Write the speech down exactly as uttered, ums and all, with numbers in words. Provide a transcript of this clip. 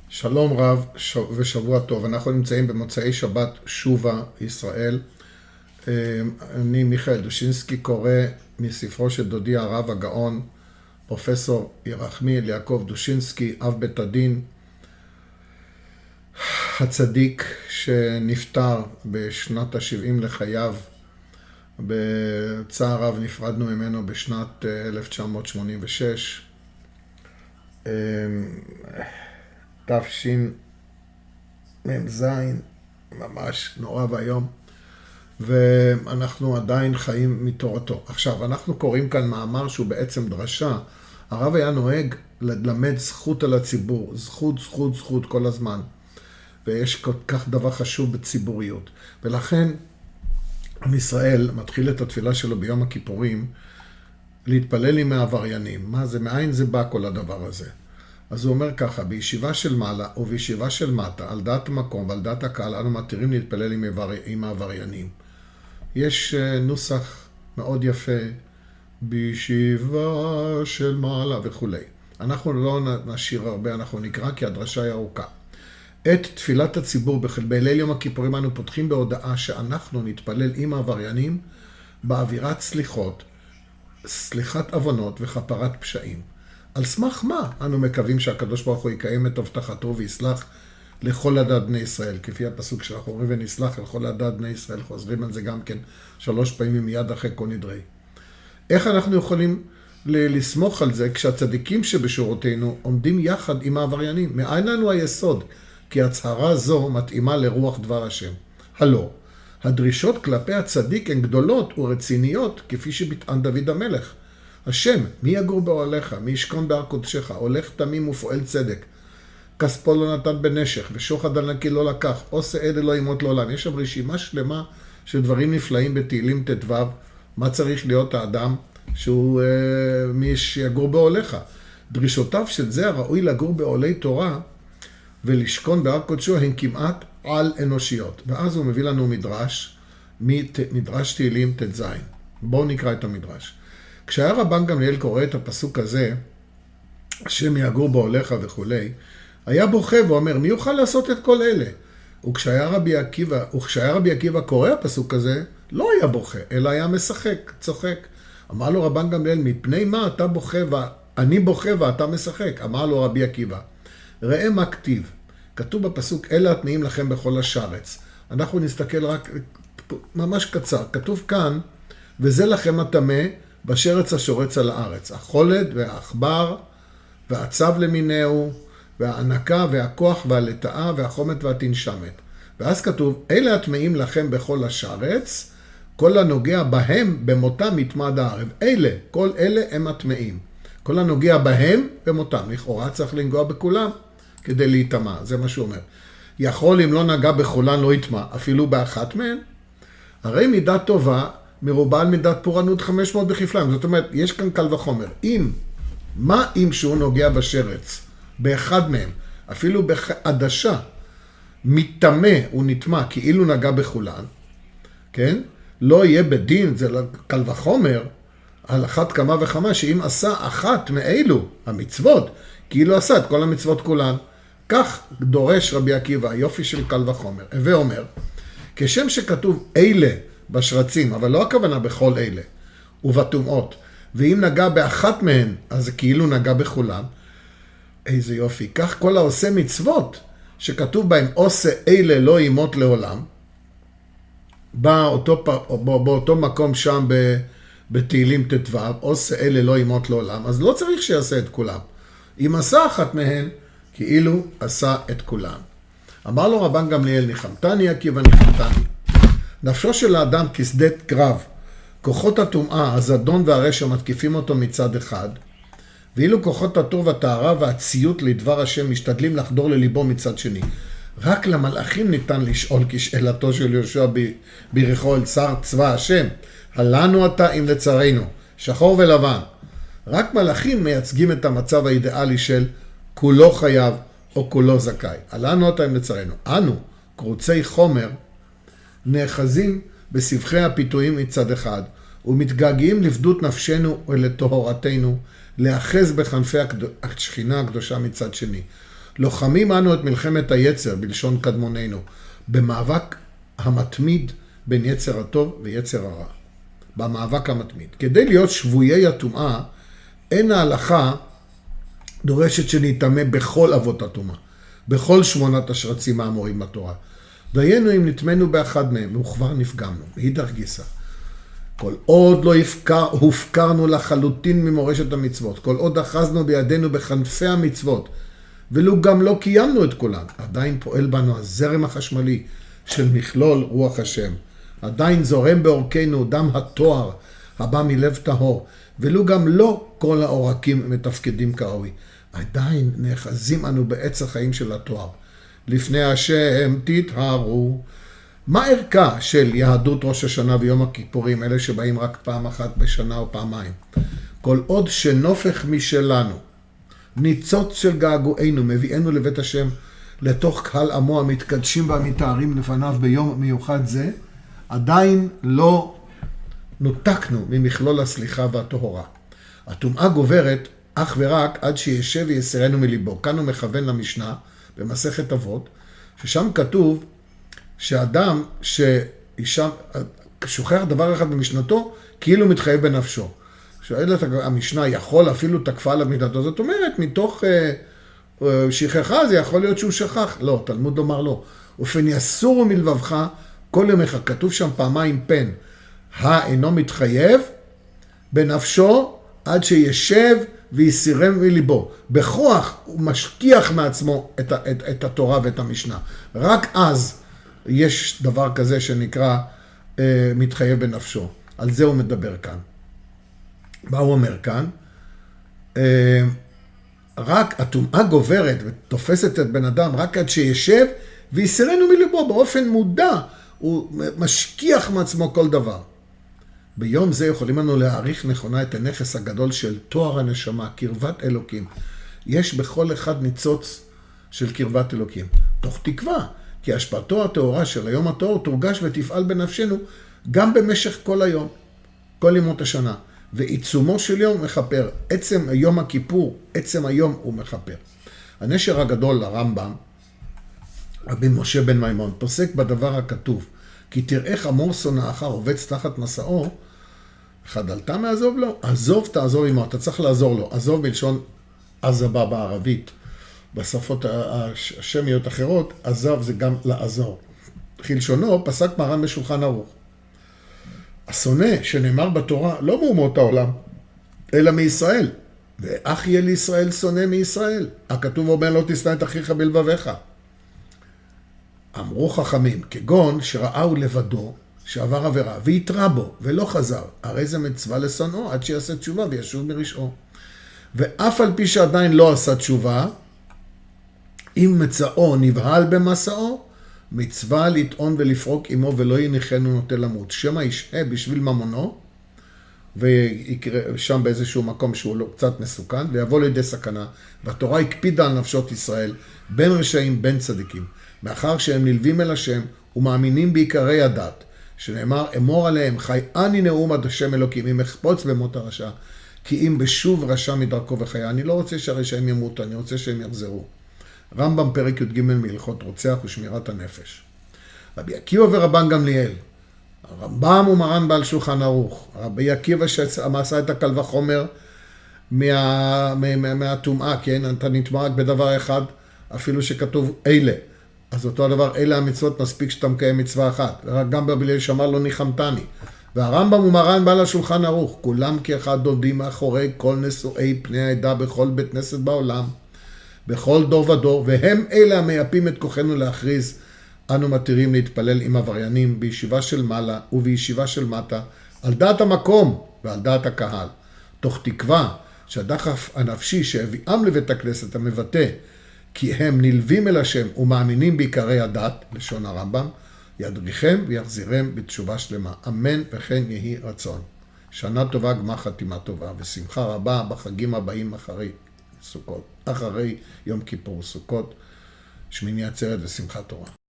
שלום רב ושבוע טוב. אנחנו נמצאים במוצאי שבת שובה ישראל. אני מיכאל דושינסקי, קורא מספרו של דודי הרב הגאון פרופסור ירחמיאל יעקב דושינסקי, אב בית הדין הצדיק שנפטר בשנת ה-שבעים לחייו. בצער רב נפרדנו ממנו בשנת אלף תשע מאות שמונים ושש. תשמ"ז, ממש נורא והיום, ואנחנו עדיין חיים מתורתו. עכשיו, אנחנו קוראים כאן מאמר שהוא בעצם דרשה. הרב היה נוהג ללמד זכות על הציבור, זכות, זכות, זכות כל הזמן, ויש כל כך דבר חשוב בציבוריות. ולכן עם ישראל מתחיל את התפילה שלו ביום הכיפורים להתפלל עם העבריינים. מה זה, מאין זה בא כל הדבר הזה? אז הוא אומר ככה: בישיבה של מעלה ובישיבה של מטה, על דעת המקום ועל דעת הקהל, אנו מתירים להתפלל עם, עבר... עם העבריינים. יש נוסח מאוד יפה, בישיבה של מעלה וכו'. אנחנו לא נשאיר הרבה, אנחנו נקרא כי הדרשה היא ארוכה. את תפילת הציבור בליל יום הכיפורים אנו פותחים בהודעה שאנחנו נתפלל עם העבריינים באווירת סליחות, סליחת עוונות וכפרת פשעים. על סמך מה אנו מקווים שהקדוש ברוך הוא יקיים את הבטחתו ויסלח לכל עדת בני ישראל, כפי הפסוק שאנחנו אומרים ונסלח לכל עדת בני ישראל, חוזרים על זה גם כן שלוש פעמים מיד אחרי כל נדרי. איך אנחנו יכולים לסמוך על זה כשהצדיקים שבשורותינו עומדים יחד עם העבריינים? מאין לנו היסוד? כי הצהרה זו מתאימה לרוח דבר השם. הלא, הדרישות כלפי הצדיק הן גדולות ורציניות, כפי שביטען דוד המלך. השם, מי יגור באוהליך, מי ישכון בהר קודשך, הולך תמים ופועל צדק. כספו לא נתן בנשך, ושוחד על נקי לא לקח, עושה עד לא ימות לעולם. יש שם רשימה שלמה של דברים נפלאים בתהילים ט"ו, מה צריך להיות האדם שהוא אה, מי שיגור באוהליך. דרישותיו של זה הראוי לגור באוהלי תורה ולשכון בהר קודשו הן כמעט על אנושיות. ואז הוא מביא לנו מדרש, מדרש תהילים ט"ז. בואו נקרא את המדרש. כשהיה רבן גמליאל קורא את הפסוק הזה, השם יגור באוהליך וכו', היה בוכה ואומר, מי יוכל לעשות את כל אלה? וכשהיה רבי עקיבא, וכשהיה רבי עקיבא קורא הפסוק הזה, לא היה בוכה, אלא היה משחק, צוחק. אמר לו רבן גמליאל, מפני מה אתה בוכה ואני בוכה ואתה משחק? אמר לו רבי עקיבא, ראה מה כתיב. כתוב בפסוק, אלה התנאים לכם בכל השרץ. אנחנו נסתכל רק ממש קצר. כתוב כאן, וזה לכם הטמא בשרץ השורץ על הארץ. החולד והעכבר והעצב למיניהו והענקה והכוח והלטאה והחומת והתנשמת. ואז כתוב, אלה הטמאים לכם בכל השרץ, כל הנוגע בהם במותם יטמא הערב. אלה, כל אלה הם הטמאים. כל הנוגע בהם במותם. לכאורה צריך לנגוע בכולם כדי להיטמא. זה מה שהוא אומר. יכול אם לא נגע בכולן לא יטמא, אפילו באחת מהן. הרי מידת טובה מרובה על מידת פורענות חמש מאות בכפליים. זאת אומרת, יש כאן קל וחומר. אם, מה אם שהוא נוגע בשרץ? באחד מהם, אפילו בעדשה, מתטמא ונטמא כאילו נגע בכולן, כן? לא יהיה בדין, זה קל וחומר, על אחת כמה וכמה, שאם עשה אחת מאלו המצוות, כאילו עשה את כל המצוות כולן. כך דורש רבי עקיבא, יופי של קל וחומר. ואומר, כשם שכתוב אלה בשרצים, אבל לא הכוונה בכל אלה, ובטומאות, ואם נגע באחת מהן, אז זה כאילו נגע בכולן. איזה יופי. כך כל העושה מצוות, שכתוב בהם עושה אלה לא ימות לעולם, באותו, באותו מקום שם בתהילים ט"ו, עושה אלה לא ימות לעולם, אז לא צריך שיעשה את כולם. אם עשה אחת מהן, כאילו עשה את כולם. אמר לו רבן גמליאל, ניחמתני עקיבא ניחמתני. נפשו של האדם כשדה קרב, כוחות הטומאה, הזדון והרשע מתקיפים אותו מצד אחד, ואילו כוחות הטוב והטהרה והציות לדבר השם משתדלים לחדור לליבו מצד שני. רק למלאכים ניתן לשאול כשאלתו של יהושע ביריחו אל שר צבא השם, הלנו אתה אם לצרינו, שחור ולבן. רק מלאכים מייצגים את המצב האידיאלי של כולו חייב או כולו זכאי. הלנו אתה אם לצרינו. אנו, קרוצי חומר, נאחזים בסבכי הפיתויים מצד אחד, ומתגעגעים לפדות נפשנו ולטהרתנו, לאחז בכנפי השכינה הקדושה מצד שני. לוחמים אנו את מלחמת היצר, בלשון קדמוננו, במאבק המתמיד בין יצר הטוב ויצר הרע. במאבק המתמיד. כדי להיות שבויי הטומאה, אין ההלכה דורשת שנתאמה בכל אבות הטומאה, בכל שמונת השרצים האמורים בתורה. דיינו אם נטמנו באחד מהם, וכבר נפגמנו, מאידך גיסא. כל עוד לא הפקר, הופקרנו לחלוטין ממורשת המצוות, כל עוד אחזנו בידינו בכנפי המצוות, ולו גם לא קיימנו את כולן, עדיין פועל בנו הזרם החשמלי של מכלול רוח השם. עדיין זורם בעורקנו דם התואר הבא מלב טהור, ולו גם לא כל העורקים מתפקדים כראוי. עדיין נאחזים אנו בעץ החיים של התואר. לפני השם תתהרו. מה ערכה של יהדות ראש השנה ויום הכיפורים, אלה שבאים רק פעם אחת בשנה או פעמיים? כל עוד שנופך משלנו, ניצוץ של געגוענו, מביאנו לבית השם, לתוך קהל עמו המתקדשים והמתארים לפניו ביום מיוחד זה, עדיין לא נותקנו ממכלול הסליחה והטהורה. הטומאה גוברת אך ורק עד שישב ויסרנו מליבו. כאן הוא מכוון למשנה במסכת אבות, ששם כתוב שאדם ששוכח דבר אחד במשנתו, כאילו מתחייב בנפשו. שואלת המשנה, יכול אפילו תקפה עליו משנתו? זאת אומרת, מתוך uh, שכחה זה יכול להיות שהוא שכח. לא, תלמוד לומר לא. ופן יסורו מלבבך כל ימיך. כתוב שם פעמיים פן. האינו מתחייב בנפשו עד שישב ויסירם מליבו. בכוח הוא משכיח מעצמו את, את, את התורה ואת המשנה. רק אז יש דבר כזה שנקרא אה, מתחייב בנפשו. על זה הוא מדבר כאן. מה הוא אומר כאן? אה, רק הטומאה גוברת ותופסת את בן אדם רק עד שישב ויסירנו מליבו באופן מודע. הוא משכיח מעצמו כל דבר. ביום זה יכולים לנו להעריך נכונה את הנכס הגדול של תואר הנשמה, קרבת אלוקים. יש בכל אחד ניצוץ של קרבת אלוקים. תוך תקווה, כי השפעתו הטהורה של היום הטהור תורגש ותפעל בנפשנו גם במשך כל היום, כל ימות השנה. ועיצומו של יום מכפר. עצם יום הכיפור, עצם היום הוא מכפר. הנשר הגדול לרמב"ם, רבי משה בן מימון, פוסק בדבר הכתוב, כי תראה חמור שונאך רובץ תחת מסעו, חדלת מעזוב לו, עזוב תעזוב עמו, אתה צריך לעזור לו. עזוב בלשון עזבה בערבית, בשפות השמיות אחרות, עזב זה גם לעזור. חלשונו פסק מרן בשולחן ערוך. השונא שנאמר בתורה לא מאומות העולם, אלא מישראל. ואך יהיה לישראל שונא מישראל. הכתוב אומר לא תשנא את אחיך בלבביך. אמרו חכמים, כגון שראהו לבדו, שעבר עבירה, ויתרה בו, ולא חזר. הרי זה מצווה לשונאו, עד שיעשה תשובה וישוב מרשעו. ואף על פי שעדיין לא עשה תשובה, אם מצאו נבהל במסעו, מצווה לטעון ולפרוק עמו ולא יניחנו נוטה למות. שמא ישהה בשביל ממונו, ויקרא שם באיזשהו מקום שהוא לא קצת מסוכן, ויבוא לידי סכנה. והתורה הקפידה על נפשות ישראל, בין רשעים, בין צדיקים. מאחר שהם נלווים אל השם ומאמינים בעיקרי הדת, שנאמר, אמור עליהם, חי אני נאום עד השם אלוקים, אם אחפוץ במות הרשע, כי אם בשוב רשע מדרכו וחיה. אני לא רוצה שהרשעים ימותו, אני רוצה שהם יחזרו. רמב"ם פרק י"ג מהלכות רוצח ושמירת הנפש. רבי עקיבא ורבן גמליאל, הרמב"ם ומרן בעל שולחן ערוך, רבי עקיבא שעשה את הקל וחומר מה, מה, מהטומאה, כן? אתה נטמע רק בדבר אחד, אפילו שכתוב אלה. אז אותו הדבר, אלה המצוות, מספיק שאתה מקיים מצווה אחת. גם בבליל שמר לא ניחמתני. והרמב"ם ומרן בעל השולחן ערוך, כולם כאחד דודים מאחורי כל נשואי פני העדה בכל בית כנסת בעולם, בכל דור ודור, והם אלה המייפים את כוחנו להכריז, אנו מתירים להתפלל עם עבריינים בישיבה של מעלה ובישיבה של מטה, על דעת המקום ועל דעת הקהל, תוך תקווה שהדחף הנפשי שהביאם לבית הכנסת המבטא, כי הם נלווים אל השם ומאמינים בעיקרי הדת, לשון הרמב"ם, ידריכם ויחזירם בתשובה שלמה. אמן וכן יהי רצון. שנה טובה, גמר חתימה טובה, ושמחה רבה בחגים הבאים אחרי סוכות, אחרי יום כיפור סוכות, שמיני עצרת ושמחת תורה.